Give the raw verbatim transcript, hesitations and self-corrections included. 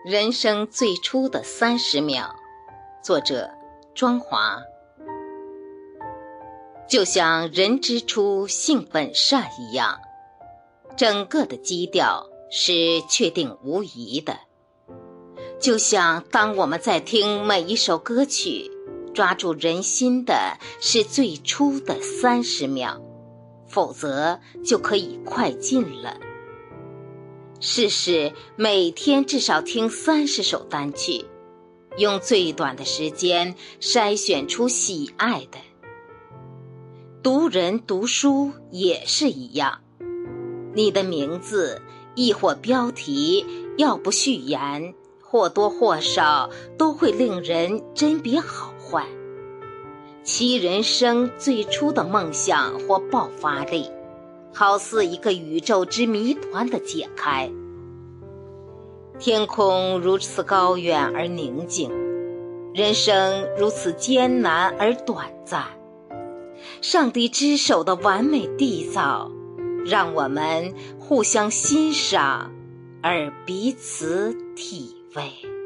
人生最初的三十秒，作者庄华。就像人之初性本善一样，整个的基调是确定无疑的。就像当我们在听每一首歌曲，抓住人心的是最初的三十秒，否则就可以快进了。试试每天至少听三十首单曲，用最短的时间筛选出喜爱的。读人读书也是一样，你的名字亦或标题要不序言，或多或少都会令人甄别好坏。其人生最初的梦想或爆发力，好似一个宇宙之谜团的解开。天空如此高远而宁静，人生如此艰难而短暂。上帝之手的完美缔造，让我们互相欣赏而彼此体味。